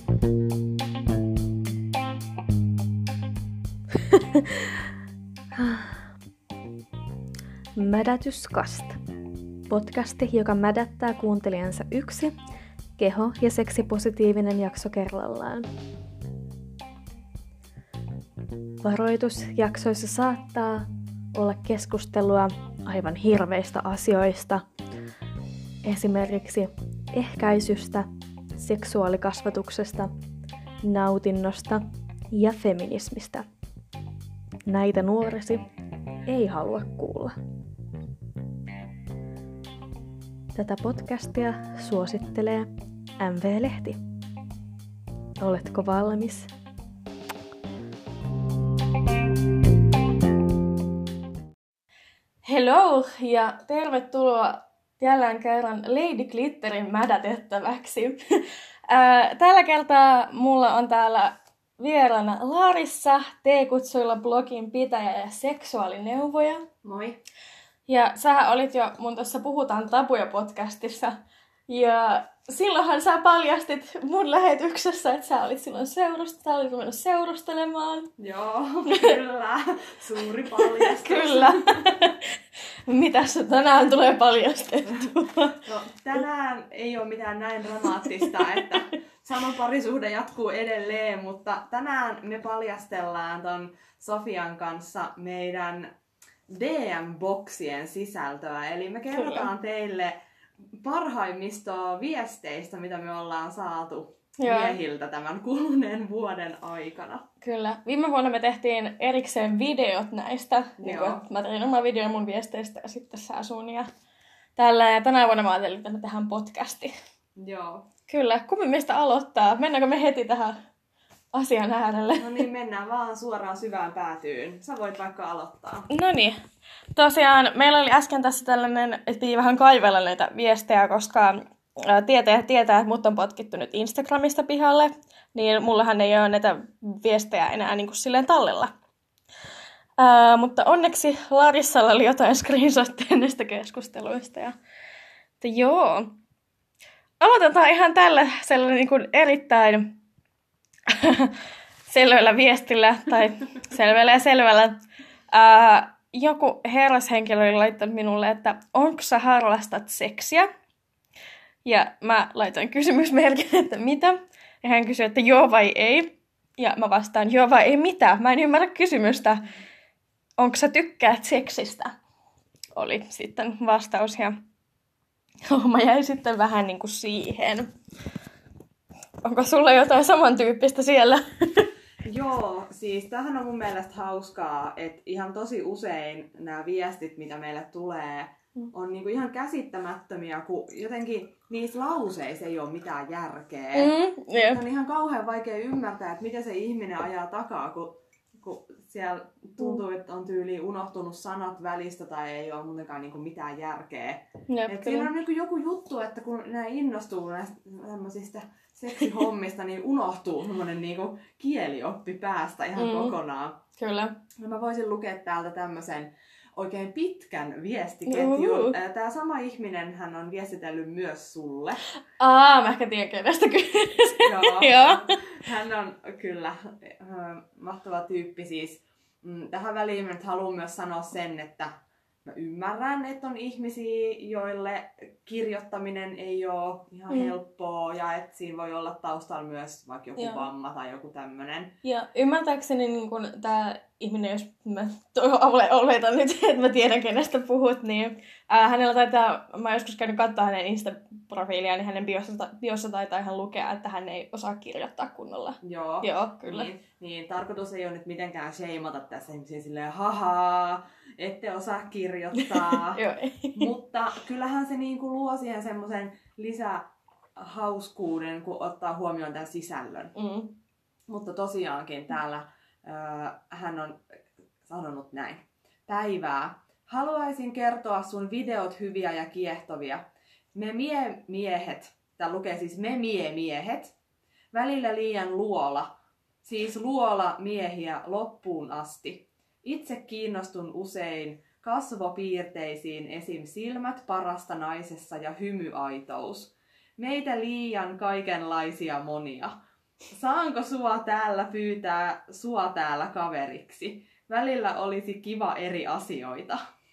Mädätyskast. Podcasti, joka mädättää kuuntelijansa yksi keho- ja seksipositiivinen jakso kerrallaan. Varoitus, jaksoissa saattaa olla keskustelua aivan hirveistä asioista, esimerkiksi ehkäisystä, seksuaalikasvatuksesta, nautinnosta ja feminismistä. Näitä nuoresi ei halua kuulla. Tätä podcastia suosittelee MV-lehti. Oletko valmis? Hello ja tervetuloa jälleen kerran Lady Glitterin mädätettäväksi. Tällä kertaa mulla on täällä vieraana Larissa, T-kutsuilla blogin pitäjä ja seksuaalineuvoja. Moi. Ja sähän olit jo mun tuossa Puhutaan tabuja podcastissa. Ja silloinhan sä paljastit mun lähetyksessä, että sä olit silloin ruvennut seurustelemaan. Joo, kyllä. Suuri paljastus. Kyllä. Mitäs tänään tulee paljastettua? No, tänään ei ole mitään näin dramaattista, että sama parisuhde jatkuu edelleen, mutta tänään me paljastellaan ton Sofian kanssa meidän DM-boksien sisältöä. Eli me kerrotaan teille parhaimmista viesteistä, mitä me ollaan saatu miehiltä tämän kuluneen vuoden aikana. Kyllä. Viime vuonna me tehtiin erikseen videot näistä. Niin mä tein oma video mun viesteistä ja sitten sä sun ja tällä. Ja tänä vuonna mä ajattelin, että me tehdään podcasti. Joo. Kyllä. Kumpi meistä aloittaa? Mennäänkö me heti tähän asian äärelle? No niin, mennään vaan suoraan syvään päätyyn. Sä voit vaikka aloittaa. No niin. Tosiaan meillä oli äsken tässä tällainen, että piti vähän kaivella näitä viestejä, koska tietää, että mut on potkittu nyt Instagramista pihalle, niin mullahan ei ole näitä viestejä enää niin kuin silleen tallella. Mutta onneksi Larissalla oli jotain screenshotteja näistä keskusteluista. Että joo. Aloitetaan ihan tällä sellainen niin kuin erittäin selvällä viestillä, tai selvällä. Joku herrashenkilö oli laittanut minulle, että onko sä harrastat seksiä? Ja mä laitoin kysymysmerkin, että mitä? Ja hän kysyi, että joo vai ei. Ja mä vastaan, joo vai ei mitä? Mä en ymmärrä kysymystä. Onko sä tykkäät seksistä? Oli sitten vastaus ja mä jäin sitten vähän niin kuin siihen. Onko sulla jotain samantyyppistä siellä? Joo, siis tämähän on mun mielestä hauskaa, että ihan tosi usein nämä viestit, mitä meille tulee, on niinku ihan käsittämättömiä, kun jotenkin niissä lauseissa ei ole mitään järkeä. On ihan kauhean vaikea ymmärtää, että miten se ihminen ajaa takaa, kun siellä tuntuu, että on tyyliin unohtunut sanat välistä tai ei ole muutenkaan niinku mitään järkeä. Siinä on niinku joku juttu, että kun nämä innostuu näistä tämmöisistä seksihommista, niin unohtuu semmoinen niinku kielioppi päästä ihan kokonaan. Kyllä. No mä voisin lukea täältä tämmöisen oikein pitkän viestiketjun. Tämä sama ihminen hän on viestitellyt myös sulle. Mä ehkä tiedän kenestä kyllä. Joo. Hän on kyllä mahtava tyyppi siis. Tähän väliin mä nyt haluan myös sanoa sen, että mä ymmärrän, että on ihmisiä, joille kirjoittaminen ei ole ihan helppoa ja että siinä voi olla taustalla myös vaikka joku vamma tai joku tämmönen. Ja ymmärtääkseni niin kun tää ihminen, jos mä oletan nyt, että mä tiedän kenestä puhut, niin hänellä taitaa, mä joskus käynyt katsoa hänen Insta-profiiliaan, niin hänen biossa taitaa ihan lukea, että hän ei osaa kirjoittaa kunnolla. Joo, kyllä. Niin, tarkoitus ei ole nyt mitenkään sheimata tässä ihmisiä silleen, hahaa, ette osaa kirjoittaa. Mutta kyllähän se niinku luo siihen semmoisen lisähauskuuden, kun ottaa huomioon tämän sisällön. Mutta tosiaankin täällä hän on sanonut näin. Päivää. Haluaisin kertoa sun videot hyviä ja kiehtovia. Me miehet, tää lukee siis me miehet, välillä liian luola. Siis luola miehiä loppuun asti. Itse kiinnostun usein kasvopiirteisiin, esim. Silmät parasta naisessa ja hymyaitous. Meitä liian kaikenlaisia monia. saanko sua täällä pyytää sua täällä kaveriksi? Välillä olisi kiva eri asioita.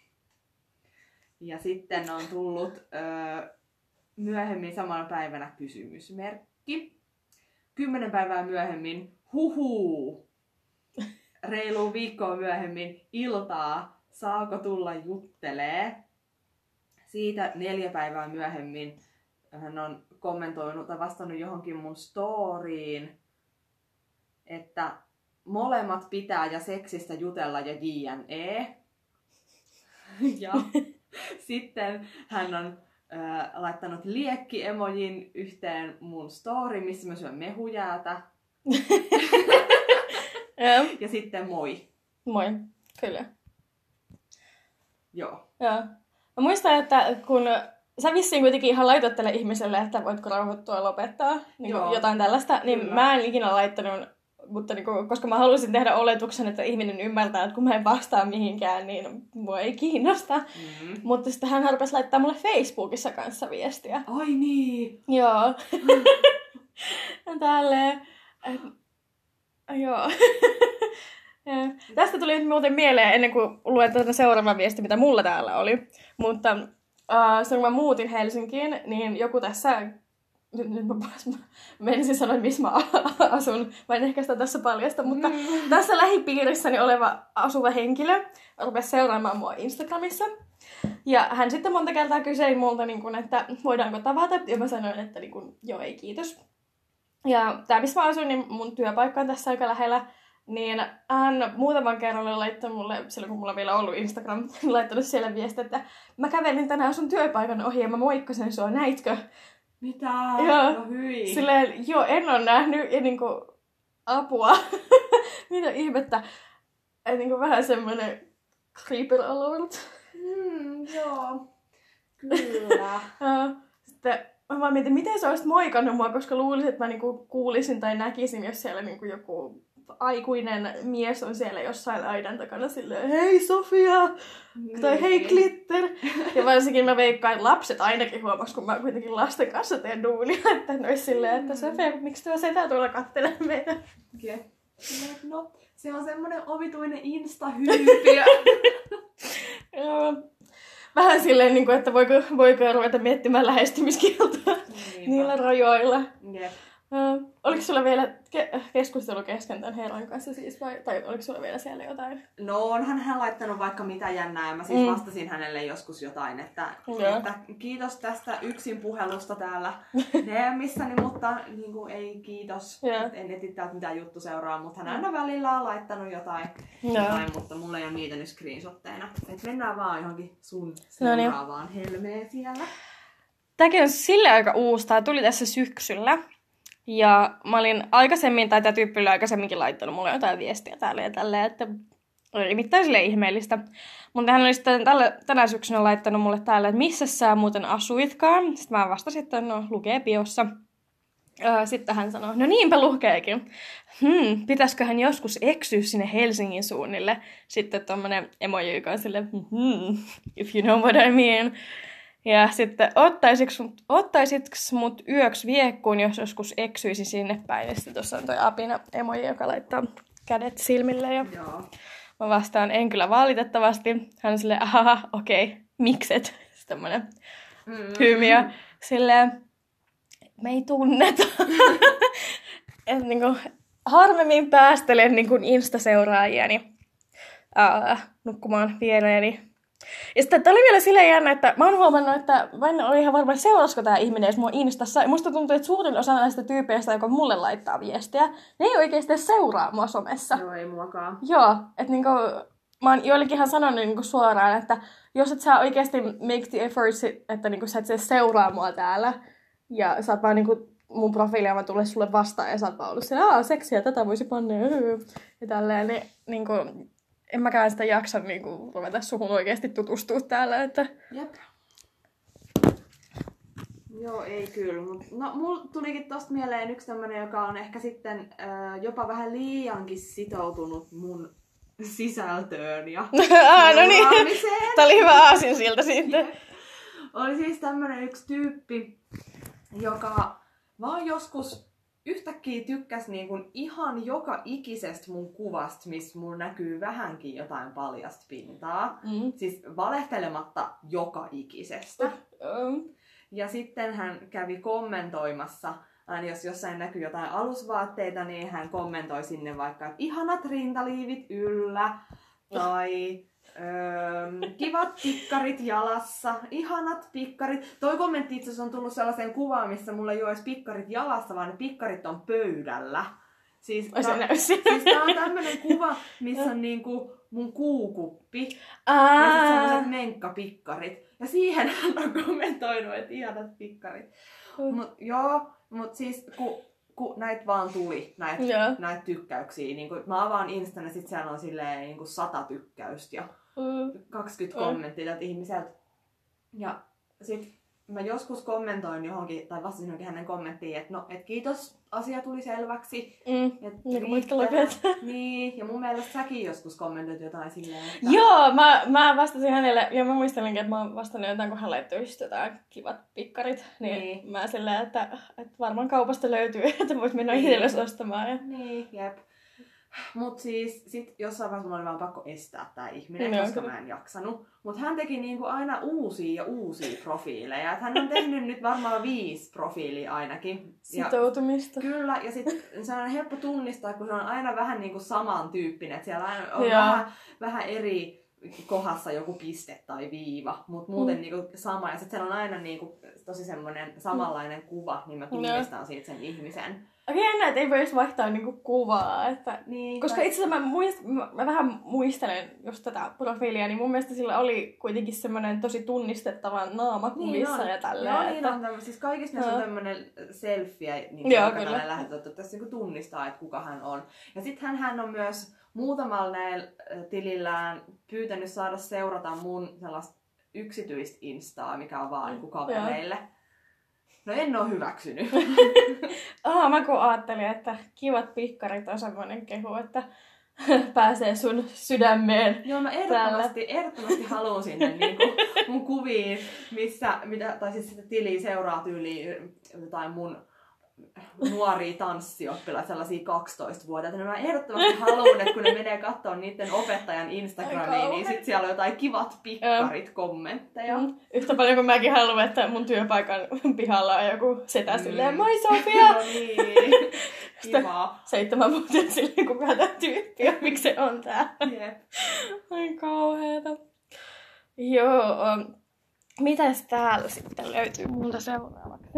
Ja sitten on tullut myöhemmin samana päivänä kysymysmerkki. 10 päivää myöhemmin, huhuu. Reilu viikkoa myöhemmin, iltaa, saako tulla juttelee. Siitä 4 päivää myöhemmin hän on kommentoinut ja vastannut johonkin mun storyin, että molemmat pitää ja seksistä jutella ja JNE. Ja sitten hän on laittanut liekki-emojin yhteen mun story, missä mä syön mehujäätä. Ja sitten moi. Moi, kyllä. Joo. Joo. Mä muistan, että kun sä vissiin kuitenkin ihan laitoit tälle ihmiselle, että voitko rauhoittua lopettaa niin jotain tällaista, niin kyllä. Mä en ikinä laittanut, mutta niin kuin, koska mä halusin tehdä oletuksen, että ihminen ymmärtää, että kun mä en vastaa mihinkään, niin mua ei kiinnosta. Mm-hmm. Mutta sitten hän rupesi laittaa mulle Facebookissa kanssa viestiä. Ai niin! Joo. Tälleen. Joo. Tästä tuli nyt muuten mieleen, ennen kuin luen tätä seuraavaa viestiä, mitä mulla täällä oli. Mutta kun mä muutin Helsinkiin, niin joku tässä, nyt mä menisin sanoa, missä mä asun. Mä en ehkä sitä tässä paljasta, mutta tässä lähipiirissäni oleva asuva henkilö rupesi seuraamaan mua Instagramissa. Ja hän sitten monta kertaa kysyi multa, niin kun, että voidaanko tavata, ja mä sanoin, että niin kun, joo, ei kiitos. Ja tää, missä mä asuin, niin mun työpaikka on tässä aika lähellä. Niin hän muutaman kerran oli laittanut mulle, silloin kun mulla on vielä ollut Instagram, laittanut siellä viestiä, että mä kävelin tänään sun työpaikan ohi ja mä moikkasin sua, näitkö? Mitä? Joo. No hyi. Silleen, joo, en ole nähnyt ja niinku apua. Mitä ihmettä. Et niinku vähän semmonen creeper alert. Joo. Kyllä. Sitten mä vaan mietin, miten sä olisit moikannut mua, koska luulisin, että mä niinku kuulisin tai näkisin, jos siellä niinku joku aikuinen mies on siellä jossain aidan takana silleen, hei Sofia! Tai hei Glitter! Ja varsinkin mä veikkaan, että lapset ainakin huomasi, kun mä kuitenkin lasten kanssa teen duunia, että ne olisi silleen, että Sofia, miksi tuo setä tuolla kattelee meitä? Okay. No, se on semmoinen omituinen insta-hyypiö. Vähän silleen, että voiko ruveta miettimään lähestymiskieltoa niillä rajoilla. Jep. Oliko sulla vielä keskustelu kesken tämän herran kanssa siis, tai oliko sulla vielä siellä jotain? No onhan hän laittanut vaikka mitä jännää, ja mä siis vastasin hänelle joskus jotain, että kiitos tästä yksin puhelusta täällä DMissäni, mutta niin kuin, ei kiitos, en eti täältä mitään juttu seuraa, mutta hän aina välillä on laittanut jotain, mutta mulla ei ole niitä nyt screenshotteina. Et mennään vaan johonkin sun seuraavaan helmeen siellä. Tämäkin on sille aika uusi, tämä tuli tässä syksyllä. Ja mä olin aikaisemmin, tai tämä tyyppi oli aikaisemminkin laittanut mulle jotain viestiä täällä ja tälleen, että oli mitään silleen ihmeellistä. Mutta hän oli sitten tänä syksynä laittanut mulle täällä, että missä sä muuten asuitkaan. Sitten mä vastasin, että no lukee biossa. Sitten hän sanoi, no niinpä lukeekin. Pitäisiköhän joskus eksyä sinne Helsingin suunnille. Sitten tommonen emoji, joka on silleen, if you know what I mean. Ja sitten ottaisitko mut yöksi viekkuun, jos joskus eksyisi sinne päin. Ja sitten tuossa on toi apina emoji, joka laittaa kädet silmille. Ja mä vastaan, en kyllä valitettavasti. Hän on silleen, okei, mikset? Sitten tämmönen hymiö. Silleen, me ei tunneta. Et niinku, harvemmin päästelen niinku Insta-seuraajiani nukkumaan viereeni. Ja sitten tää oli vielä silleen jännä, että mä oon huomannut, että mä en ole ihan varma, seurasko tää ihminen edes mua Instassa. Ja musta tuntuu, että suurin osa näistä tyypeistä, joka mulle laittaa viestiä, ne ei oikeesti seuraa mua somessa. Joo, ei muakaan. Joo, että niinku, mä oon joillekinhan sanonut niinku suoraan, että jos et sä oikeesti make the effort, että niinku sä et se seuraa mua täällä, ja sä oot vaan niinku mun profiilia, mä tulen sulle vastaan, ja sä oot vaan ollut siellä, seksiä, tätä voisi panna, ja tälleen, niin niinku, en mäkään sitä jaksa niinku ruveta suhun oikeesti tutustua täällä, että... Jep. Joo, ei kyllä. No, mulla tulikin tosta mieleen yksi tämmönen, joka on ehkä sitten jopa vähän liiankin sitoutunut mun sisältöön ja no niin, tää oli hyvä aasinsilta siitä. Oli siis tämmönen yksi tyyppi, joka vaan joskus yhtäkkiä tykkäs niin kuin ihan joka ikisestä mun kuvasta, missä mulla näkyy vähänkin jotain paljasta pintaa. Siis valehtelematta joka ikisestä. Ja sitten hän kävi kommentoimassa, aina jos jossain näkyy jotain alusvaatteita, niin hän kommentoi sinne vaikka, että ihanat rintaliivit yllä, tai kivat pikkarit jalassa, ihanat pikkarit. Toi kommentti itse asiassa on tullut sellaiseen kuvaan, missä mulla ei ole edes pikkarit jalassa, vaan ne pikkarit on pöydällä. Siis tää on tämmönen kuva, missä on niinku mun kuukuppi ja sit sellaiset menkkapikkarit. Ja siihen hän on kommentoinut, että ihanat pikkarit. Mut siis kun näitä vaan tuli, näitä tykkäyksiä. Niin kun mä avaan Instan ja sit siellä on silleen niin 100 tykkäystä ja 20 kommenttia tältä ihmiseltä. Ja sit mä joskus kommentoin johonkin, tai vastasin johonkin hänen kommenttiin, että no, et kiitos, asia tuli selväksi. Niin, ja mun mielestä säkin joskus kommentoit jotain silleen, että... Joo, mä vastasin hänelle, ja mä muistelinkin, että mä oon vastannut jotain, kun hän laittoi just jotain kivat pikkarit. Niin. Mä silleen, että varmaan kaupasta löytyy, että voit mennä itsellesi ostamaan. Ja... Niin, jep. Mut siis sit jossain vaiheessa mulla oli vaan pakko estää tää ihminen, koska mä en jaksanut. Mut hän teki niinku aina uusia profiileja. Et hän on tehnyt nyt varmaan 5 profiilia ainakin. Sitoutumista. Kyllä, ja sit se on helppo tunnistaa, kun se on aina vähän niinku samantyyppinen. Et siellä on vähän eri kohdassa joku piste tai viiva, mut muuten niinku sama. Ja sit siellä on aina niinku tosi semmonen samanlainen kuva, niin mä tunnistan siitä sen ihmisen. Okei, jännä, että ei voi edes vaihtaa niinku kuvaa. Että... Niin, koska itse asiassa mä vähän muistelen just tätä profiilia, niin mun mielestä sillä oli kuitenkin semmoinen tosi tunnistettava naama kuvissa ja tälleen. Joo, niin on. Siis kaikissa näissä on tämmönen selfie, niin joka tällä lähetetty, että tässä niinku tunnistaa, että kuka hän on. Ja sitten hän on myös muutamalla tilillään pyytänyt saada seurata mun sellaista yksityistä instaa, mikä on vaan niinku kavereille. No en oo hyväksynyt. Mä kun ajattelin, että kivat pikkarit on semmoinen kehu, että pääsee sun sydämeen. Joo, mä ehdottomasti haluan sinne niinku mun kuviin, tai siis sitä tiliä seuraa tyyliin jotain mun nuoria tanssioppilaita, sellaisia 12-vuotiaita. Mä ehdottomasti haluan, että kun ne menee katsoa niiden opettajan Instagramiin, niin sit siellä on jotain kivat pikkarit kommentteja. Yhtä paljon kuin mäkin haluan, että mun työpaikan pihalla on joku setä silleen, moi Sofia! No niin, kivaa. 7-vuotiaat silleen, kuka tää tyyppi on, miksi se on tää. Jep. Ai kauheeta. Joo, mitäs täällä sitten löytyy multa seuraavaksi?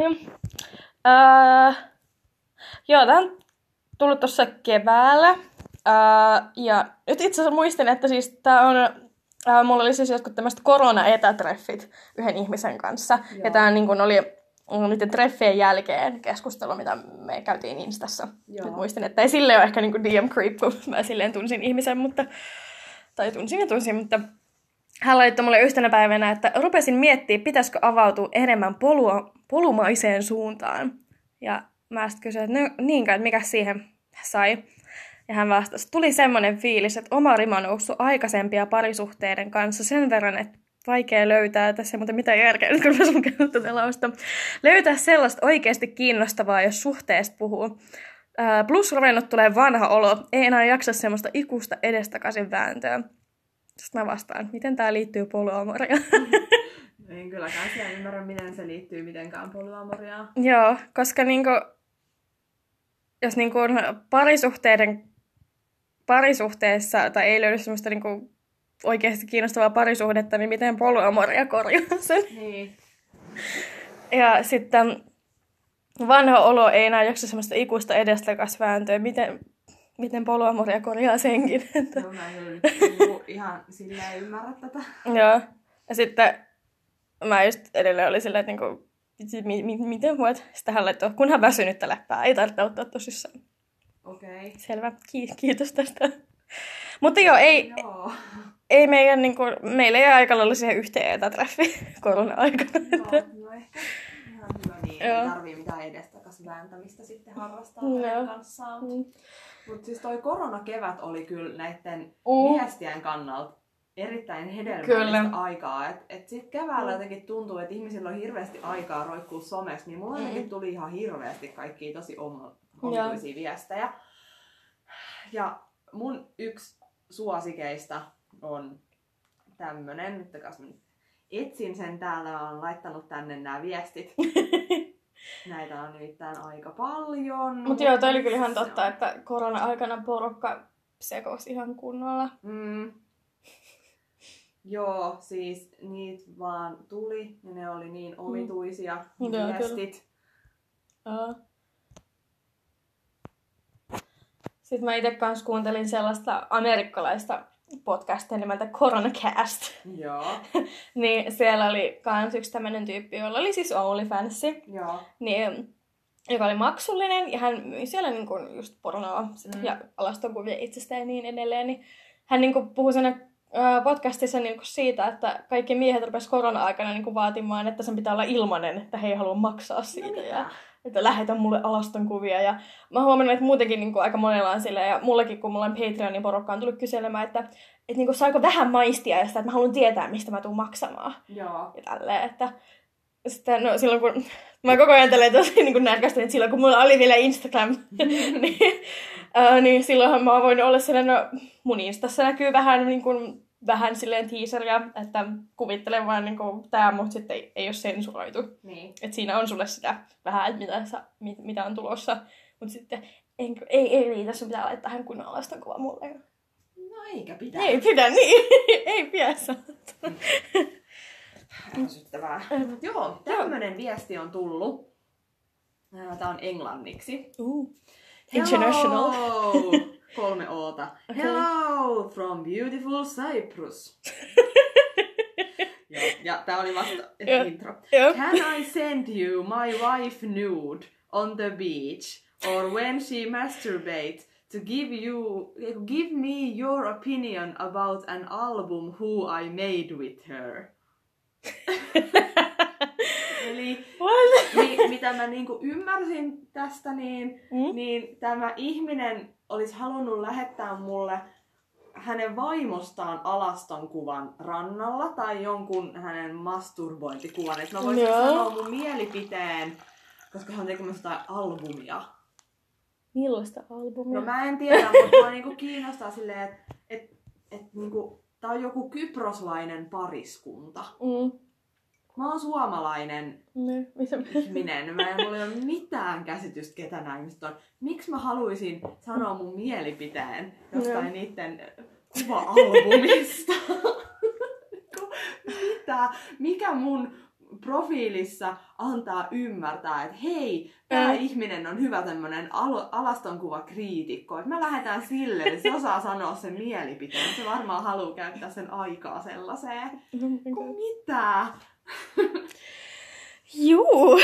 Joo, tää on tullut tuossa keväällä. Ja nyt itse asiassa muistin, että siis tää on... mulla oli siis jotkut tämmöiset korona-etätreffit yhden ihmisen kanssa. Joo. Ja tää niin kun oli niiden treffien jälkeen keskustelu, mitä me käytiin Instassa. Joo. Nyt muistin, että ei silleen ole ehkä niin kuin DM creep, kun mä silleen tunsin ihmisen, mutta... Tai tunsin, mutta... Hän laittoi mulle yhtenä päivänä, että rupesin miettimään, pitäisikö avautua enemmän polumaiseen suuntaan. Ja mä sitten kysyin, että no niinkään, että mikä siihen sai. Ja hän vastasi, tuli semmoinen fiilis, että oma rima on noussut aikaisempia parisuhteiden kanssa sen verran, että vaikea löytää, tässä ei muuten mitään järkeä, nyt kun mä lukenut tätä lausta, löytää sellaista oikeasti kiinnostavaa, jos suhteesta puhuu. Plus ruvennut tulee vanha olo, ei enää jaksa semmoista ikuista edestakaisin vääntöä. Sitten mä vastaan, miten tää liittyy polyamoriaan. En kylläkään siellä ymmärrä, miten se liittyy mitenkään polyamoriaan. Joo, koska niinku, jos niinku parisuhteessa tai ei löydy semmoista niinku oikeasti kiinnostavaa parisuhdetta, niin miten polyamoria korjaa sen? Niin. Ja sitten vanha olo ei enää jaksa semmoista ikuista edestakasvääntöä. Miten polyamoria korjaa senkin? No mä en ihan silleen ymmärrä tätä. Joo. Ja sitten mä just edelleen olin silleen, että niinku, miten voit? Sitten hän laittoi, kunhan väsynyttä läppää, ei tarvitse ottaa tosissaan. Okei. Selvä, kiitos tästä. Mutta joo, ei meidän, niinku, meillä ei aika lailla siihen yhteen etätreffiin korona-aikana. No ehkä ihan hyvä niin, ei tarvii mitään edestakas vääntämistä sitten harrastaa hänen kanssaan. Mutta siis toi koronakevät oli kyllä näiden viestien kannalta erittäin hedelmällistä Kyllä. aikaa. Et sit keväällä jotenkin tuntuu, että ihmisillä on hirveästi aikaa roikkuu somessa, niin mulla jotenkin tuli ihan hirveästi kaikkia tosi omituisia viestejä. Ja mun yksi suosikeista on tämmönen, nyt mä etsin sen täältä, mä oon laittanut tänne nämä viestit. Näitä on nimittäin aika paljon. Mutta joo, toi oli kyllä ihan totta, että korona-aikana porukka sekosi ihan kunnolla. Joo, siis niitä vaan tuli ja ne oli niin omituisia viestit. Sitten mä itse kanssa kuuntelin sellaista amerikkalaista podcastia nimeltä Coronacast. Joo. Niin siellä oli kans yksi tämmönen tyyppi, jolla oli siis OnlyFansi. Joo. Niin, joka oli maksullinen ja hän myi siellä niinku just pornoa ja alastonkuvia itsestään ja niin edelleen. Niin hän niinku puhui siinä podcastissa niinku siitä, että kaikki miehet rupesivat korona-aikana niinku vaatimaan, että sen pitää olla ilmainen, että he ei halua maksaa siitä. Ja että lähetä mulle alastonkuvia. Ja mä huomannut, että muutenkin niinku aika monella on silleen, ja mullakin kun mulla on Patreonin porukka on tullut kyselemään, että niinku saako vähän maistia ja sitä, että mä haluan tietää, mistä mä tuun maksamaan. Joo. Ja tälleen, että sitten, no, silloin kun mä koko ajan tosi niin närkästyn, että silloin kun mulla oli vielä Instagram, niin silloinhan mä oon voinut olla silleen, no mun Instassa näkyy vähän silleen teaseria, että kuvittelen vaan tää, mutta sitten ei ole sensuroitu. Niin. Että siinä on sulle sitä vähän, että mitä on tulossa, mutta sitten ei riitä, sun pitää laittaa hän kunnon alaston kuva mulle. No eikä pidä. Ei pidä, niin. Ei pidä Ärsyttävää. Joo, tämmönen viesti on tullut. Tää on englanniksi. International. Hello! 3 oota. Okay. Hello from beautiful Cyprus. Ja tää oli vasta intro. Can I send you my wife nude on the beach or when she masturbates to give me your opinion about an album who I made with her? Eli mitä mä niinku ymmärsin tästä, niin tämä ihminen olisi halunnut lähettää mulle hänen vaimostaan alaston kuvan rannalla tai jonkun hänen masturbointikuvan. Että mä voisin sanoa mun mielipiteen, koska hän on tekemässä jotain albumia. Millaista albumia? No mä en tiedä, mutta mua niinku kiinnostaa silleen, että niinku, tää on joku kyproslainen pariskunta. Mä oon suomalainen ihminen. Mä en ole mitään käsitystä, ketä nämä ihmiset on. Miksi mä haluaisin sanoa mun mielipiteen jostain niitten kuva-albumista? Mitä? Mikä mun profiilissa antaa ymmärtää, että hei, tää ihminen on hyvä tämmönen alastonkuvakriitikko. Että mä lähdetään sille, että se osaa sanoa sen mielipiteen. Se varmaan haluaa käyttää sen aikaa sellaiseen. Mitä? Juu.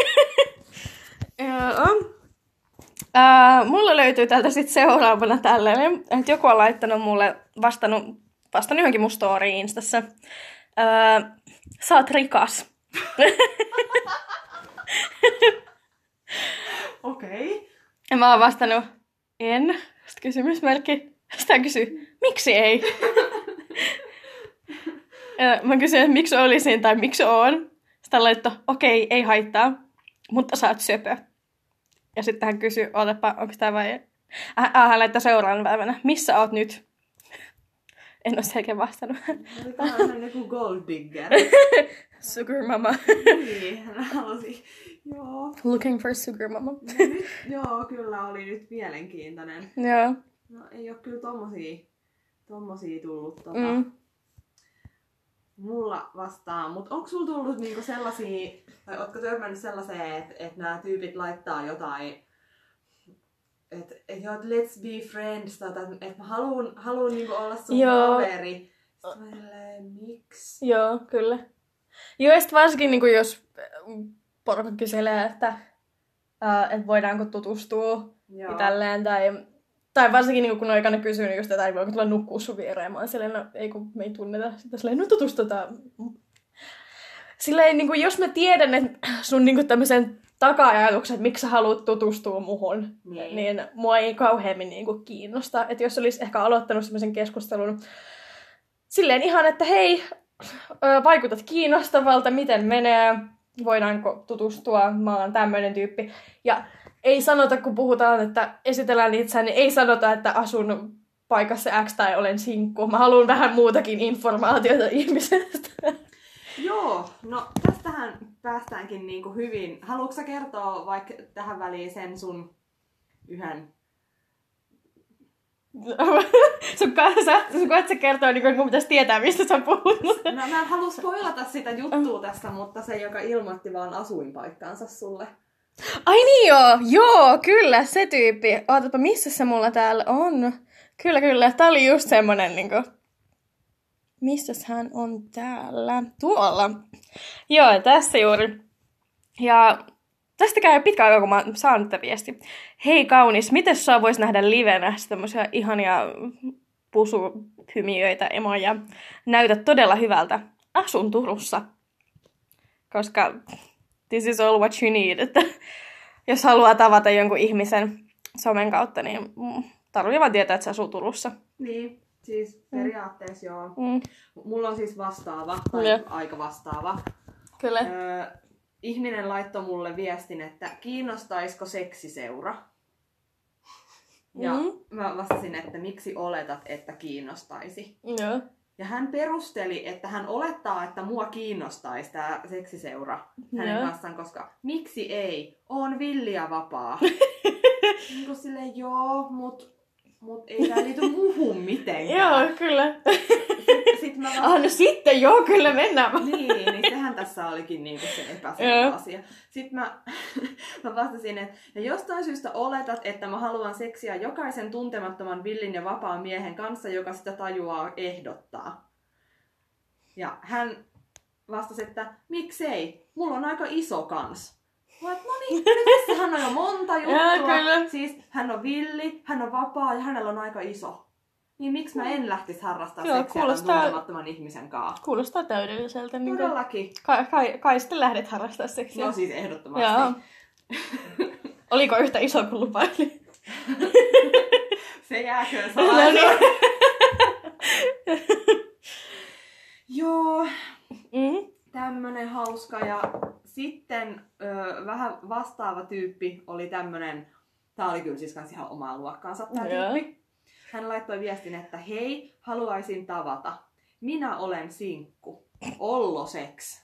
Mulla löytyy täältä sitten seuraavana tällainen, että joku on laittanut mulle vastannut johonkin mun storyin Instassa. Sä oot rikas. Okei. Ja mä oon vastannut, en. Sitten kysymysmerkki. Sitä kysyy, miksi ei? Ja mä kysyin, että miksi olisin tai miksi oon. Sitten laittoi, okei, ei haittaa, mutta sä oot söpö. Ja sitten hän kysyi, ootapa, onko tää vai... Hän laittaa seuraavan päivänä, missä oot nyt? En ole selkeä vastannut. Olikohan hän joku gold digger? Sugar mama. Niin, hän halusi. Joo. Looking for sugar mama. Nyt, joo, kyllä oli nyt mielenkiintoinen. Joo. No ei oo kyllä tommosia tullut mulla vastaan, mutta onko sulla tullut niinku sellaisia, tai ootko törmännyt sellaiseen, että nämä tyypit laittaa jotain, että let's be friends, että mä haluun niinku olla sun kaveri. Miksi? Joo, kyllä. Joo, ja varsinkin niinku jos porukka kyselee, että voidaanko tutustua ja tälleen, tai varsinkin niin kun on aikana kysynyt just, että voiko tulla nukkua sun viereen. Mä oon silleen, no ei kun me ei tunneta. Sitten silleen, no tutustutaan. Silleen, niin kuin, jos mä tiedän, että sun niin kuin tämmöisen taka-ajatuksen, että miksi sä haluat tutustua muhun, niin mua ei kauheammin niin kuin kiinnosta. Että jos olisi ehkä aloittanut semmoisen keskustelun silleen ihan, että hei, vaikutat kiinnostavalta, miten menee, voidaanko tutustua, mä oon tämmöinen tyyppi. Ja ei sanota, kun puhutaan, että esitellään itseään, niin ei sanota, että asun paikassa X tai olen sinkku. Mä haluan vähän muutakin informaatiota ihmisestä. Joo, no tästähän päästäänkin niinku hyvin. Haluatko sä kertoa vaikka tähän väliin sen sun yhden... sun koet sä kertoa, niin kun pitäisi tietää, mistä sä puhut. No mä en halua spoilata sitä juttua tässä, mutta se, joka ilmoitti vaan asuinpaikkaansa sulle. Ai niin joo, kyllä, se tyyppi. Ootapa, missä se mulla täällä on? Kyllä, tää oli just semmonen niinku... Missäs hän on täällä? Tuolla. Joo, tässä juuri. Ja tästä käy pitkä aika, kun mä saan tätä viestiä. Hei kaunis, miten sua vois nähdä livenä? Tämmöisiä ihania pusuhymiöitä, emoja. Näytät todella hyvältä. Asun Turussa. Koska this is all what you need. Että jos haluaa tavata jonkun ihmisen somen kautta, niin tarvii vaan tietää, että se asuu Turussa. Niin. Siis periaatteessa joo. Mulla on siis vastaava, tai aika vastaava. Kyllä. Ihminen laittoi mulle viestin, että kiinnostaisiko seksiseura? Ja mä vastasin, että miksi oletat, että kiinnostaisi? Joo. Ja hän perusteli, että hän olettaa, että mua kiinnostaisi tää seksiseura hänen kanssaan, koska miksi ei? Oon villi ja vapaa. Niin kuin silleen, joo, mut ei tää liity muuhun mitenkään. Joo, kyllä. Sitten mä no sitten joo, kyllä mennään. niin sehän tässä olikin niinku se epäselvä asia. Sitten mä vastasin, että ja jostain syystä oletat, että mä haluan seksiä jokaisen tuntemattoman villin ja vapaan miehen kanssa, joka sitä tajuaa ehdottaa. Ja hän vastasi, että miksei, mulla on aika iso kans. No niin, tässähän on jo monta juttua. Siis hän on villi, hän on vapaa ja hänellä on aika iso. Niin miksi mä en lähtisi harrastaa seksiä tuntemattoman ihmisen kanssa? Kuulostaa täydelliseltä. Niin todellakin. Kai sitten lähdet harrastaa seksiä. No siis ehdottomasti. Joo. Oliko yhtä iso kuin lupaili? Se jääköön salaisuus. No niin. Joo. Tämmönen hauska. Ja sitten vähän vastaava tyyppi oli tämmönen, tää oli kyllä siis kans ihan omaa luokkaansa tää tyyppi. Hän laittoi viestin, että hei, haluaisin tavata. Minä olen sinkku. Olloseks.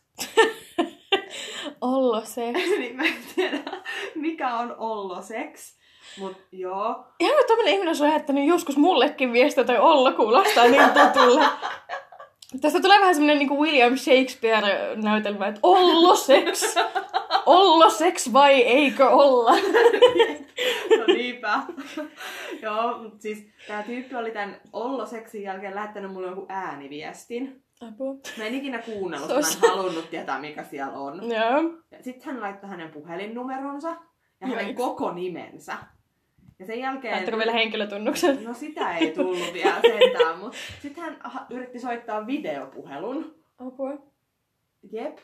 Olloseks. Niin mä en tiedä, mikä on olloseks. Mut joo. Ihan kun tämmönen ihminen on lähettänyt joskus mullekin viestiä tai Ollo kuulostaa niin tutulle. Tästä tulee vähän semmonen niinku William Shakespeare-näytelmä, että Olloseks. Olloseks vai eikö olla? No niinpä. Joo, mutta siis tää tyyppi oli tän Olloseksin jälkeen lähettänyt mulle jonkun ääniviestin. Apua. Mä en ikinä kuunnellut, mä en halunnut tietää mikä siellä on. Joo. Sitten hän laittoi hänen puhelinnumeronsa ja hänen koko nimensä. Ja sen jälkeen... Laittako vielä henkilötunnuksen? No sitä ei tullut vielä sentään, mutta sitten hän yritti soittaa videopuhelun. Apua. Jep.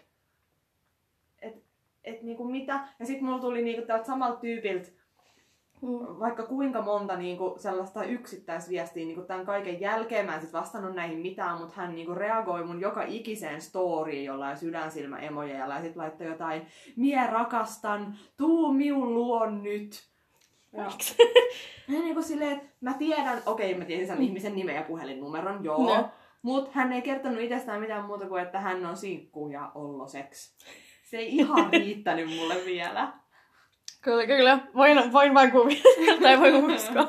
Et niinku mitä? Ja sitten mulla tuli niinku tältä samalta tyypiltä vaikka kuinka monta niinku sellaista yksittäisviestiä niinku tämän kaiken jälkeen. Mä en sit vastannut näihin mitään, mutta hän niinku reagoi mun joka ikiseen storyin jollain sydänsilmäemojella ja sit laittoi jotain mie rakastan, tuu miun luon nyt. Ja niinku silleen, että mä tiedän, mä tiesin sen ihmisen nimen ja puhelinnumeron, joo. No. Mut hän ei kertonut itsestään mitään muuta kuin, että hän on sinkku ja olloseks. Se ei ihan riittänyt mulle vielä. Kyllä. Voin vain kuvitella, tai voin uskoa.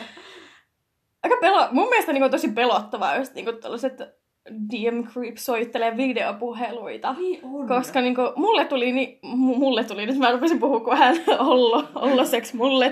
Mun mielestä niin on tosi pelottavaa, jos niin tällaiset DM creep soittelee videopuheluita. Niin on. Koska niin kuin, mulle tuli, nyt mä rupesin puhua, kun hän olloseks, mulle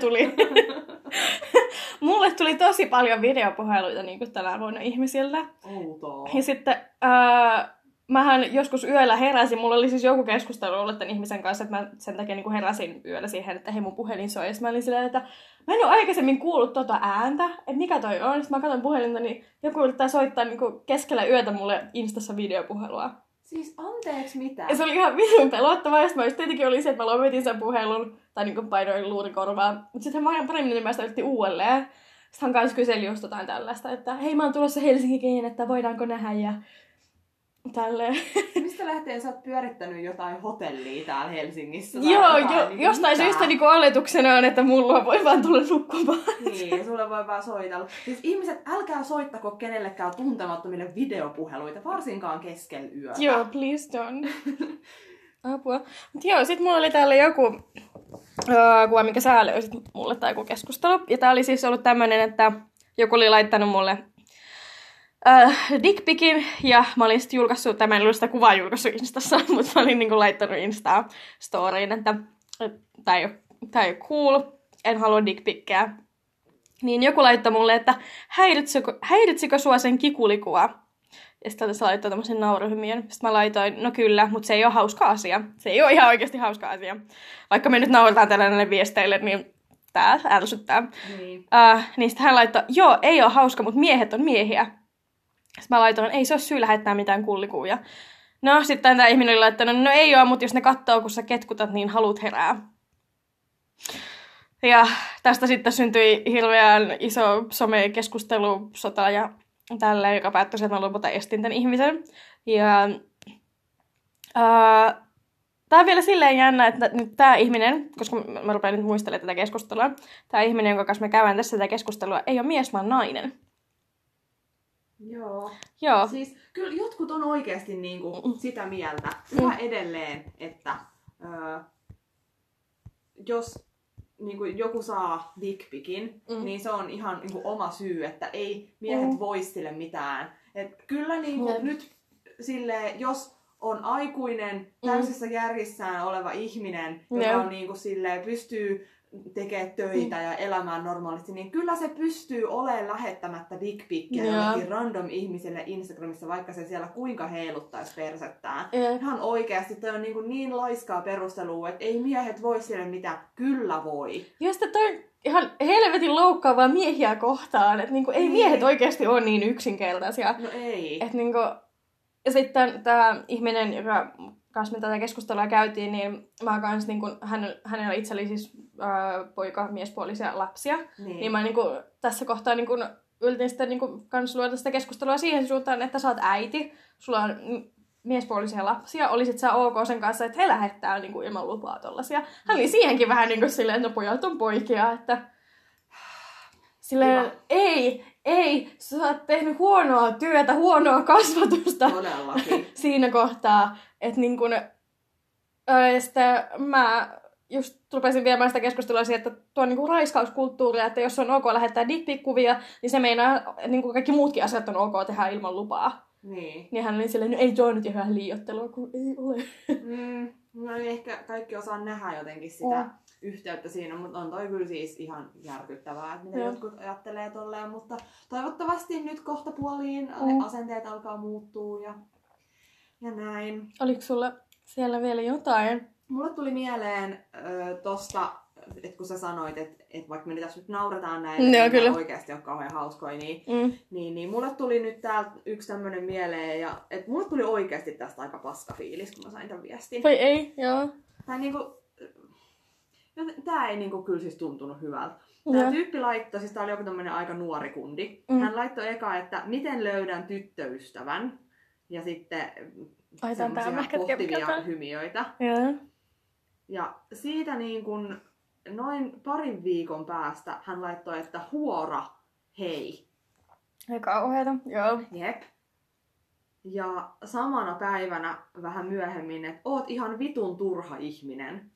tuli tosi paljon videopuheluita niin kuin tänä vuonna ihmisiltä. Outoa. Ja sitten mähän joskus yöllä heräsin, mulla oli siis joku keskustelu ollut tämän ihmisen kanssa, että mä sen takia niin heräsin yöllä siihen, että hei mun puhelin soi. Ja mä olin silleen, että mä en ole aikaisemmin kuullut tota ääntä, että mikä toi on. Sitten mä katson puhelinta, niin joku yrittää soittaa niin keskellä yötä mulle Instassa videopuhelua. Siis anteeksi mitä? Ja se oli ihan vitun pelottavaa, ja sitten mä tietenkin oli se, että mä lopetin sen puhelun, tai niin painoin luurikorvaa. Mutta sitten hän pari minuutin päästä yritti uudelleen. Sitten hän kanssa kyseli just jotain tällaista, että hei mä oon tulossa Helsinkiin, että voidaanko nähdä ja tälleen. Mistä lähtien sä oot pyörittänyt jotain hotellia täällä Helsingissä? Joo, jostain syystä niin oletuksena on, että mulla voi vaan tulla nukkumaan. Niin, sulle voi vaan soitella. Siis ihmiset, älkää soittako kenellekään tuntemattomille videopuheluita, varsinkaan keskellä yötä. Joo, please don't. Apua. Mut joo, sit mulla oli täällä joku kuva, minkä sä löysit mulle, tai joku keskustelu. Ja tää oli siis ollut tämmönen, että joku oli laittanut mulle dickpicin, ja mä olin sitten julkaissut, tai mä en ollut sitä kuvaa julkaissut Instassa, mutta mä olin niinku laittanut Insta-storyin, että tää ei ole cool, en halua dickpickkejä. Niin joku laittoi mulle, että häiritsikö sua sen kikulikuva? Ja sitten se laittoi tämmöisen nauruhymiön. Sitten mä laitoin, no kyllä, mutta se ei ole hauska asia. Se ei ole ihan oikeasti hauska asia. Vaikka me nyt naurataan tällainen viesteille, niin tää ärsyttää. Niin sitten hän laittoi, joo, ei ole hauska, mutta miehet on miehiä. Sitten mä laitoin, ei se ole syy lähettää mitään kullikuvia. No, sitten tämä ihminen oli laittanut, no ei ole, mutta jos ne katsoo, kun sä ketkutat, niin halut herää. Ja tästä sitten syntyi hirveän iso somekeskustelusota ja tälleen, joka päättyi, että mä lopulta estin tämän ihmisen. Ja tää on vielä silleen jännä, että nyt tää ihminen, koska mä rupean nyt muistelemaan tätä keskustelua, tää ihminen, jonka kanssa me käydään tässä tätä keskustelua, ei ole mies, vaan nainen. Joo. Siis kyllä jotkut on oikeasti niinku sitä mieltä yhä edelleen, että jos niinku joku saa dickpicin, niin se on ihan niinku oma syy, että ei miehet voi sille mitään. Et kyllä niinku nyt silleen, jos on aikuinen, täysissä järjissään oleva ihminen, joka on niinku silleen, pystyy tekee töitä ja elämään normaalisti, niin kyllä se pystyy olemaan lähettämättä dickpickiä jollekin random ihmiselle Instagramissa, vaikka se siellä kuinka heiluttaisi persettään. Ihan oikeasti toi on niin laiskaa perustelua, että ei miehet voi sille mitään. Kyllä voi. Josta toi ihan helvetin loukkaavaa miehiä kohtaan, että niinku, ei miehet oikeasti ole niin yksinkertaisia. No ei. Et niinku, ja sitten tämä ihminen, joka kanssa me tätä keskustelua käytiin, niin mä kans niinku, hänellä itsellä siis miespuolisia lapsia. Niin mä niinku, tässä kohtaa niinku, yritin sitten niinku, kans luoda sitä keskustelua siihen suuntaan, että sä oot äiti, sulla on miespuolisia lapsia, olisit sä ok sen kanssa, että he lähettää niinku, ilman lupaa tollasia. Hän oli siihenkin vähän niinku silleen, että no pojat on poikia, että silleen, ei, sä oot tehnyt huonoa työtä, huonoa kasvatusta siinä kohtaa. Että niin kun, sitten mä just rupesin viemään sitä keskustelua siihen, että tuo on niin kuin raiskauskulttuuria, että jos on ok lähettää dickpic-kuvia, niin se meinaa, niin kuin kaikki muutkin asiat on ok tehdä ilman lupaa. Niin hän oli silleen, no ei tuo nyt ihan liioittelua, kun ei ole. No ei ehkä kaikki osaa nähdä jotenkin sitä yhteyttä siinä, mutta on toi kyllä siis ihan järkyttävää, että mitä jotkut ajattelee tolleen, mutta toivottavasti nyt kohta puoliin asenteet alkaa muuttua ja näin. Oliko sulla siellä vielä jotain? Mulle tuli mieleen tosta, että kun sä sanoit, että vaikka me tässä nyt nauretaan näin, että oikeasti ole kauhean hauskoja, niin mulle tuli nyt täältä yksi tämmönen mieleen, ja että mulle tuli oikeasti tästä aika paska fiilis, kun mä sain tämän viestin. Vai ei, joo. Tää ei niinku kyllä siis tuntunut hyvältä. Tää tyyppi laittoi, siis tää oli joku tämmönen aika nuori kundi. Hän laittoi eka, että miten löydän tyttöystävän. Ja sitten semmosia pohtivia hymiöitä. Ja siitä niin kun noin parin viikon päästä hän laittoi, että huora, hei. Ei kauheeta, joo. Jep. Ja samana päivänä vähän myöhemmin, että oot ihan vitun turha ihminen.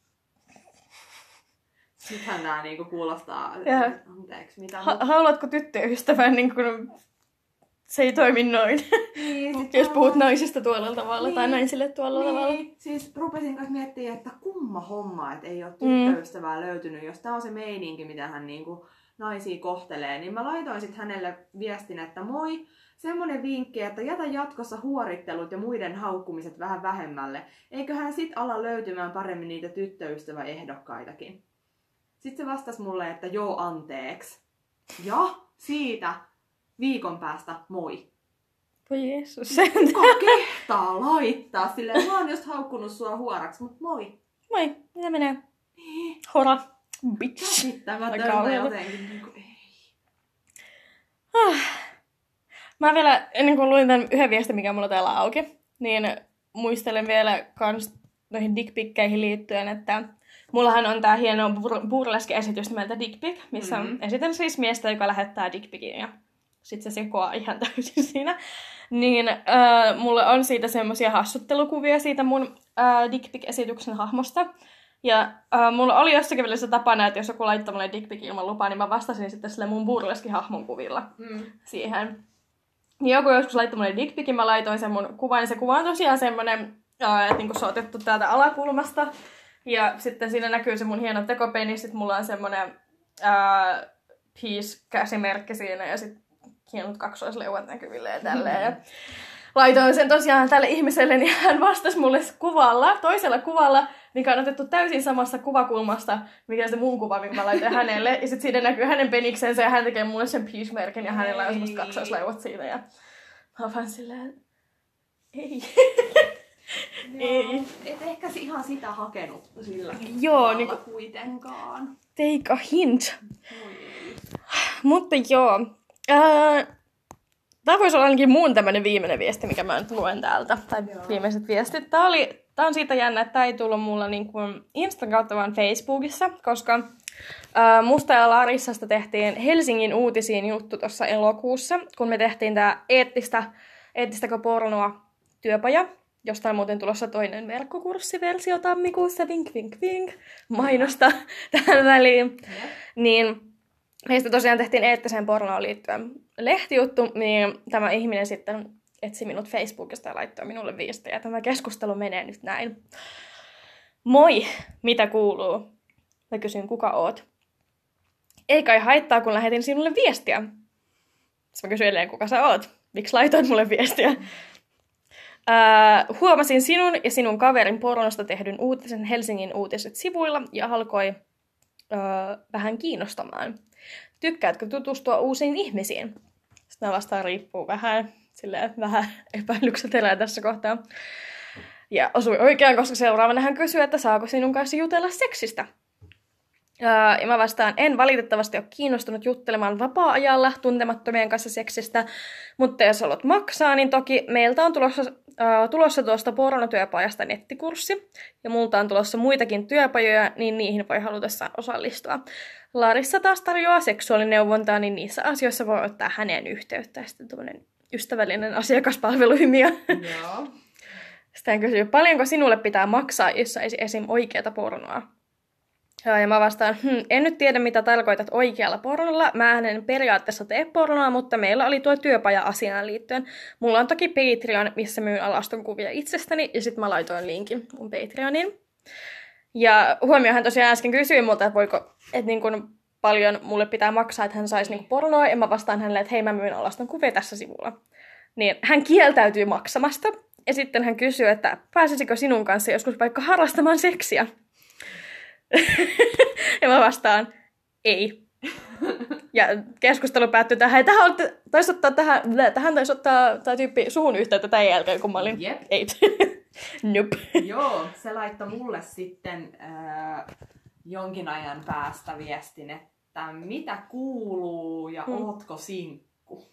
Nythän nää niinku kuulostaa, anteeksi, mitä... Haluatko tyttöystävän, niin kun se ei toimi noin. Niin, jos puhut naisista tuolla tavalla tai naisille tuolla tavalla. Siis rupesin kanssa miettimään, että kumma homma, että ei ole tyttöystävää löytynyt. Jos tää on se meininki, mitä hän niinku naisia kohtelee, niin mä laitoin sitten hänelle viestin, että moi, semmonen vinkki, että jätä jatkossa huorittelut ja muiden haukkumiset vähän vähemmälle. Eiköhän sit ala löytymään paremmin niitä tyttöystäväehdokkaitakin. Sitten se vastasi mulle, että joo, anteeksi. Ja siitä viikon päästä moi. Voi Jeesus. Kuka kehtaa laittaa silleen, mä oon just haukkunut sua huoraksi, mut moi. Moi, mitä menee? Hora, bitch. Käsittämätöntä jotenkin, niinku ei. Mä vielä, ennen kuin luin tämän yhden viestin, mikä mulla täällä auki, niin muistelen vielä kans noihin dickpikkeihin liittyen, että mullahan on tää hieno burleski-esitys nimeltä Dick Pic, missä esitän siis miestä, joka lähettää dickpicin ja sit se sekoaa ihan täysin siinä. Niin mulla on siitä semmosia hassuttelukuvia siitä mun Dick Pic-esityksen hahmosta. Ja mulla oli jossakin välissä tapana, että jos joku laittaa mulle Dick Pic ilman lupaa, niin mä vastasin sitten sille mun burleski-hahmon kuvilla siihen. Niin joku joskus laittoi mulle Dick Picin, mä laitoin sen mun kuvan, ja se kuva on tosiaan semmonen, että niinku se on otettu täältä alakulmasta. Ja sitten siinä näkyy se mun hieno tekopeni, sit mulla on semmonen peace-käsimerkki siinä, ja sit hienot kaksoisleuat näkyville ja tälleen. Ja laitoin sen tosiaan tälle ihmiselle, niin hän vastasi mulle kuvalla, toisella kuvalla, mikä on otettu täysin samassa kuvakulmasta, mikä se mun kuva, minkä mä laitoin hänelle. Ja sit siinä näkyy hänen peniksensä ja hän tekee mulle sen peace-merkin ja hänellä on semmoset kaksoisleuat siinä. Ja mä oon vaan silleen, ei. Ei. Et ehkä ihan sitä hakenut sillä niinku, kuitenkaan. Take a hint. Mutta joo. Tämä voisi olla ainakin mun tämmönen viimeinen viesti, mikä mä nyt luen täältä. Tai viimeiset viestit. Tää on siitä jännä, että tää ei tullut mulla niin kuin Instan kautta vaan Facebookissa, koska musta ja Larissasta tehtiin Helsingin Uutisiin juttu tuossa elokuussa, kun me tehtiin tää eettistäkö pornoa työpaja, josta on muuten tulossa toinen verkkokurssiversio tammikuussa, vink vink vink, mainosta tähän väliin. Niin meistä tosiaan tehtiin eettiseen pornoon liittyen lehtijuttu, niin tämä ihminen sitten etsi minut Facebookista ja laittoi minulle viestejä. Tämä keskustelu menee nyt näin. Moi, mitä kuuluu? Mä kysyin, kuka oot? Ei kai haittaa, kun lähetin sinulle viestiä. Sitten mä kysyin edelleen, kuka sä oot? Miksi laitoit mulle viestiä? Huomasin sinun ja sinun kaverin pornosta tehdyn uutisen Helsingin Uutiset sivuilla ja alkoi vähän kiinnostamaan. Tykkäätkö tutustua uusiin ihmisiin? Sitten mä vastaan riippuu vähän, silleen vähän epäilykset elää tässä kohtaa. Ja osui oikeaan, koska seuraavana hän kysyi, että saako sinun kanssa jutella seksistä. Ja mä vastaan, en valitettavasti ole kiinnostunut juttelemaan vapaa-ajalla tuntemattomien kanssa seksistä, mutta jos haluat maksaa, niin toki meiltä on tulossa tuosta pornotyöpajasta nettikurssi, ja multa on tulossa muitakin työpajoja, niin niihin voi halutessaan osallistua. Larissa taas tarjoaa seksuaalineuvontaa, niin niissä asioissa voi ottaa häneen yhteyttä, ja sitten tuollainen ystävällinen asiakaspalveluhimia. Joo. Sitten hän kysyy, paljonko sinulle pitää maksaa, jos saisi esim. Oikeata pornoa? Ja mä vastaan, en nyt tiedä mitä tarkoitat oikealla pornolla. Mä en periaatteessa tee pornoa, mutta meillä oli tuo työpaja asiaan liittyen. Mulla on toki Patreon, missä myyn alastonkuvia itsestäni, ja sitten mä laitoin linkin mun Patreoniin. Ja huomioon hän tosiaan äsken kysyi multa, että voiko, että niin kuin paljon mulle pitää maksaa, että hän saisi niin kuin pornoa, ja mä vastaan hänelle, että hei, mä myyn alastonkuvia tässä sivulla. Niin hän kieltäytyy maksamasta, ja sitten hän kysyy, että pääsisikö sinun kanssa joskus vaikka harrastamaan seksiä? Ja mä vastaan, ei. Ja keskustelu päättyi tähän. Tähän taisi ottaa tämä tyyppi suun yhteyttä tämän jälkeen, kun mä olin ei. Nope. Joo, se laittoi mulle sitten jonkin ajan päästä viestin, että mitä kuuluu ja ootko sinkku?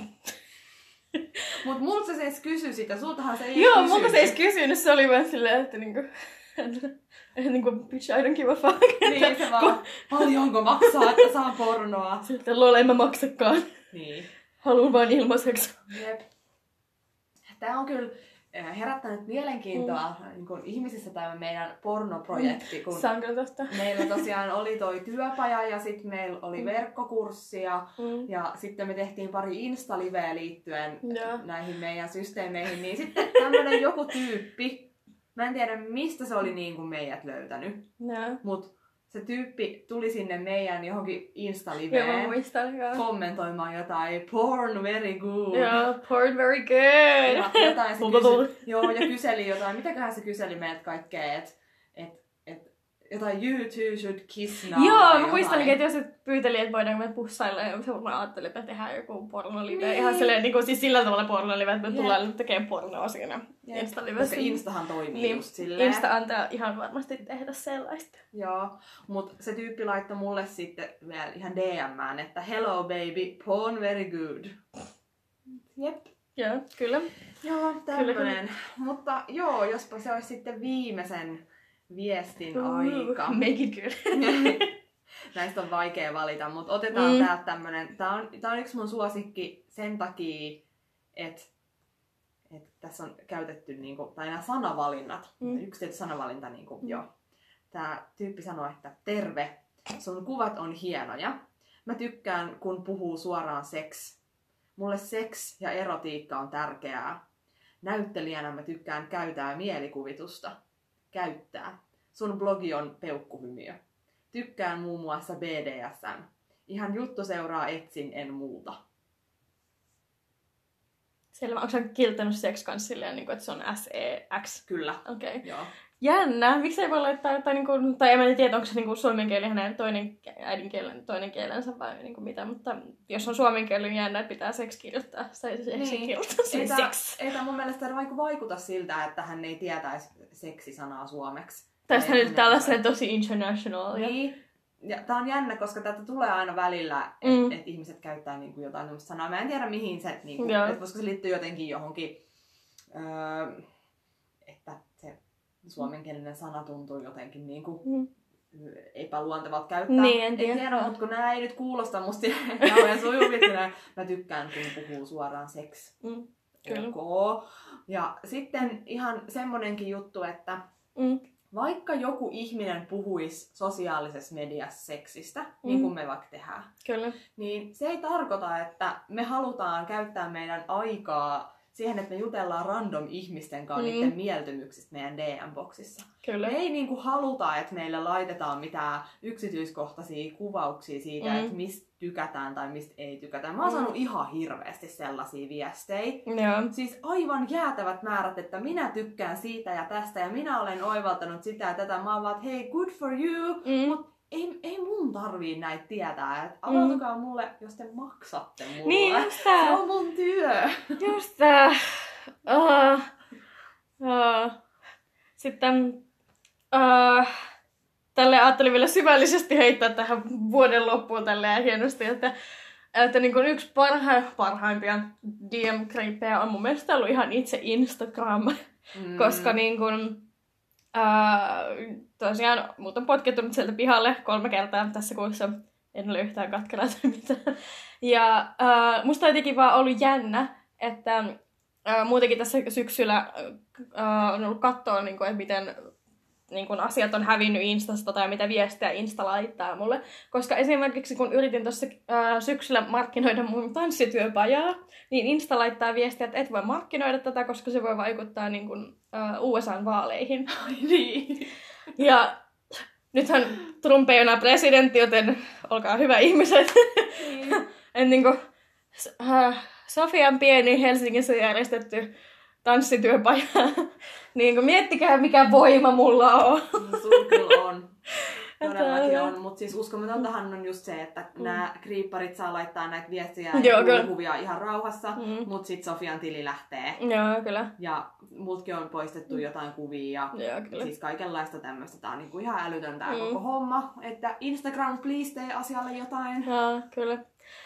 Mut multa se edes kysyi sitä, sultahan se ei Joo, kysynyt. multa se edes kysynyt, se oli vaan silleen, että niinku... niinku, bitch, I don't give a fuck. Niin, se vaan, paljonko maksaa, että saa pornoa? Sitten lol, en mä maksakaan. Niin. Haluan vaan ilmaiseksi. Jep. Tää on kyllä herättänyt mielenkiintoa niin kun ihmisissä tämä meidän pornoprojekti. Kun meillä tosiaan oli toi työpaja ja sitten meillä oli verkkokurssia ja sitten me tehtiin pari Insta-liveä liittyen näihin meidän systeemeihin. Niin sitten tämmönen joku tyyppi, mä en tiedä mistä se oli niin kuin meidät löytänyt, mut se tyyppi tuli sinne meidän johonkin Insta-liveen kommentoimaan jotain porn very good. Joo, porn very good. Ja jotain se ja kyseli jotain, mitäköhän se kyseli meiltä kaikkea, että jotain you two should kiss now. Joo, mä muistan, että jos se pyyteli, että voidaanko me pussailla, ja mä ajattelin, että tehdään joku pornolive. Niin. Ihan silleen, niin kuin, siis sillä tavalla pornolive, että me tullaan tekemään pornoa siinä Insta-livessä. Koska Instahan toimii niin, just silleen. Insta antaa ihan varmasti tehdä sellaista. Joo, mutta se tyyppi laittoi mulle sitten vielä ihan DM:ään, että hello baby, porn very good. Jep. Joo, kyllä. Joo, tämmönen. Mutta joo, jospa se olisi sitten viimeisen viestin aika. Make it good. Näistä on vaikea valita, mutta otetaan täältä tämmönen. Tää on yksi mun suosikki sen takia, että tässä on käytetty niinku, tai nämä sanavalinnat. Yksi tietty sanavalinta, niinku, joo. Tää tyyppi sanoo, että terve, sun kuvat on hienoja. Mä tykkään, kun puhuu suoraan seks. Mulle seks ja erotiikka on tärkeää. Näyttelijänä mä tykkään käyttää mielikuvitusta. Käyttää. Sun blogi on peukkuhymiö. Tykkään muun muassa BDSM. Ihan juttu seuraa etsin, en muuta. Selvä. Onko sä kiltänyt seks kanssa silleen, että se on SEX? Kyllä. Okei. Joo. Jännä. Miksi ei voi laittaa jotain, tai en tiedä, onko se suomen kieli hänen toinen äidinkielen, toinen kielensä vai mitä, mutta jos on suomen kieli, niin jännä, että pitää seks kirjoittaa. Ei tämä mun mielestä vaikuta siltä, että hän ei tietäisi seksisanaa suomeksi. Tästä nyt tällaisen tosi international. Niin. Ja tää on jännä, koska tätä tulee aina välillä, että ihmiset käyttää niinku jotain tämmöistä sanaa. Mä en tiedä mihin se, niinku, koska se liittyy jotenkin johonkin, että se suomenkielinen sana tuntuu jotenkin niinku epäluontevalta käyttää. Niin, en tiedä, mutta kun nää ei nyt kuulosta musta kauhean sujuviksi. Mä tykkään, kun puhuu suoraan seks. Kyllä. Ja sitten ihan semmonenkin juttu, että vaikka joku ihminen puhuisi sosiaalisessa mediassa seksistä, niin kuin me vaikka tehdään, Kyllä. niin se ei tarkoita, että me halutaan käyttää meidän aikaa siihen, että me jutellaan random ihmisten kanssa niiden mieltymyksistä meidän DM-boksissa. Kyllä. Me ei niinku haluta, että meille laitetaan mitään yksityiskohtaisia kuvauksia siitä, että mistä tykätään tai mistä ei tykätä. Mä oon saanut ihan hirveästi sellaisia viestejä. Joo. Siis aivan jäätävät määrät, että minä tykkään siitä ja tästä ja minä olen oivaltanut sitä ja tätä. Mä oon vaan, että hei, good for you, mut ei mun tarvii näitä tietää. Et avautukaa mulle, jos te maksatte mulle. Niin, just tää. Se on mun työ. Just tää. Sitten tälle ajattelin vielä syvällisesti heittää tähän vuoden loppuun tälleen hienosti, että niin kuin yksi parhaimpia DM-kriippejä on mun mielestä ollut ihan itse Instagram, koska niin kuin, tosiaan mut on potkettunut sieltä pihalle 3 kertaa tässä kuussa. En ole yhtään katkeraa tai mitään. Ja musta on jotenkin vaan ollut jännä, että muutenkin tässä syksyllä on ollut katsoa, niin kuin, että miten niin kun asiat on hävinnyt Instasta tai mitä viestejä Insta laittaa mulle. Koska esimerkiksi kun yritin tuossa syksyllä markkinoida mun tanssityöpajaa, niin Insta laittaa viestiä, että et voi markkinoida tätä, koska se voi vaikuttaa niin kun, USA:n vaaleihin. Niin. Ja nythän Trump ei enää presidentti, joten olkaa hyvä ihmiset. Niin. Niin kun, Sofian pieni Helsingissä järjestetty tanssityöpaja. Niin miettikää, mikä voima mulla on. Sulla kyllä on. Todellakin on. Mutta siis uskomatontahan on just se, että nämä kriipparit saa laittaa näitä viestiä ja kuvia ihan rauhassa, mutta sitten Sofian tili lähtee. Joo, kyllä. Ja multkin on poistettu jotain kuvia ja siis kaikenlaista tämmöistä. Tää on niinku ihan älytön tää koko homma. Että Instagram, please, tee asialle jotain. Joo, kyllä.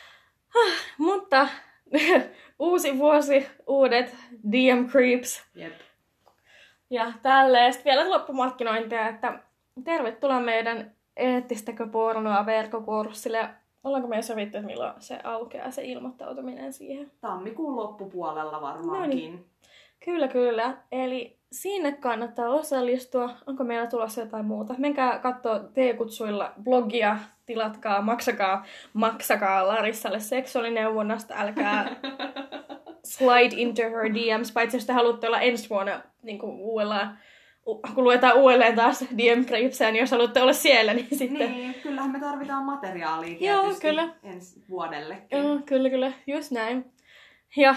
Mutta uusi vuosi, uudet DM creeps. Jep. Ja tälleen. Sitten vielä loppumarkkinointia, että tervetuloa meidän eettistäkö pornoa verkkokurssille. Ollaanko me sovittu, että milloin se aukeaa, se ilmoittautuminen siihen? Tammikuun loppupuolella varmaankin. No niin. Kyllä, kyllä. Eli sinne kannattaa osallistua. Onko meillä tulossa jotain muuta? Menkää kattoo T-kutsuilla blogia, tilatkaa, maksakaa Larissalle seksuaalineuvonnasta. Älkää slide into her DMs, paitsi jos te haluatte olla ensi vuonna niin kuin kun luetaan uudelleen taas DM-creepsejä, niin jos haluatte olla siellä, niin sitten... Niin, kyllähän me tarvitaan materiaalia tietysti ensi vuodellekin. Joo, kyllä, just näin. Ja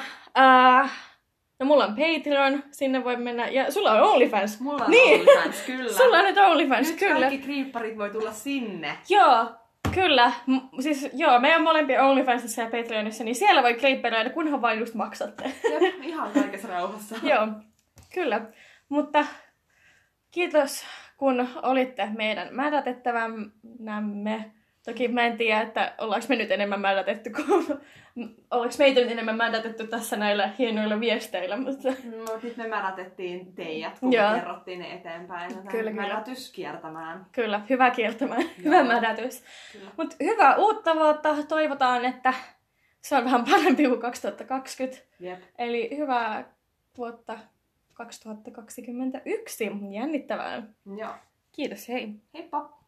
no mulla on Patreon, sinne voi mennä, ja sulla on OnlyFans. Mulla on OnlyFans, kyllä. Sulla on nyt OnlyFans, nyt kyllä. kaikki kriipparit voi tulla sinne. Joo, kyllä. Siis joo, meidän molempia OnlyFansissa ja Patreonissa, niin siellä voi kriipperoida, kunhan vain just maksatte. Jep, ihan kaikessa rauhassa. Joo, kyllä. Mutta kiitos, kun olitte meidän mätätettävänämme. Toki mä en tiedä, että ollaanko me nyt enemmän mädätetty, ollaanko meitä nyt enemmän mädätetty tässä näillä hienoilla viesteillä, mutta... No, nyt me mädätettiin teidät, kun me kerrottiin ne eteenpäin. Kyllä. Mädätys kiertämään. Kyllä, hyvä kiertämään, hyvä mädätys. Mutta hyvää uutta vuotta, toivotaan, että se on vähän parempi kuin 2020. Jep. Eli hyvää vuotta 2021, jännittävää. Joo. Kiitos, hei. Heippa!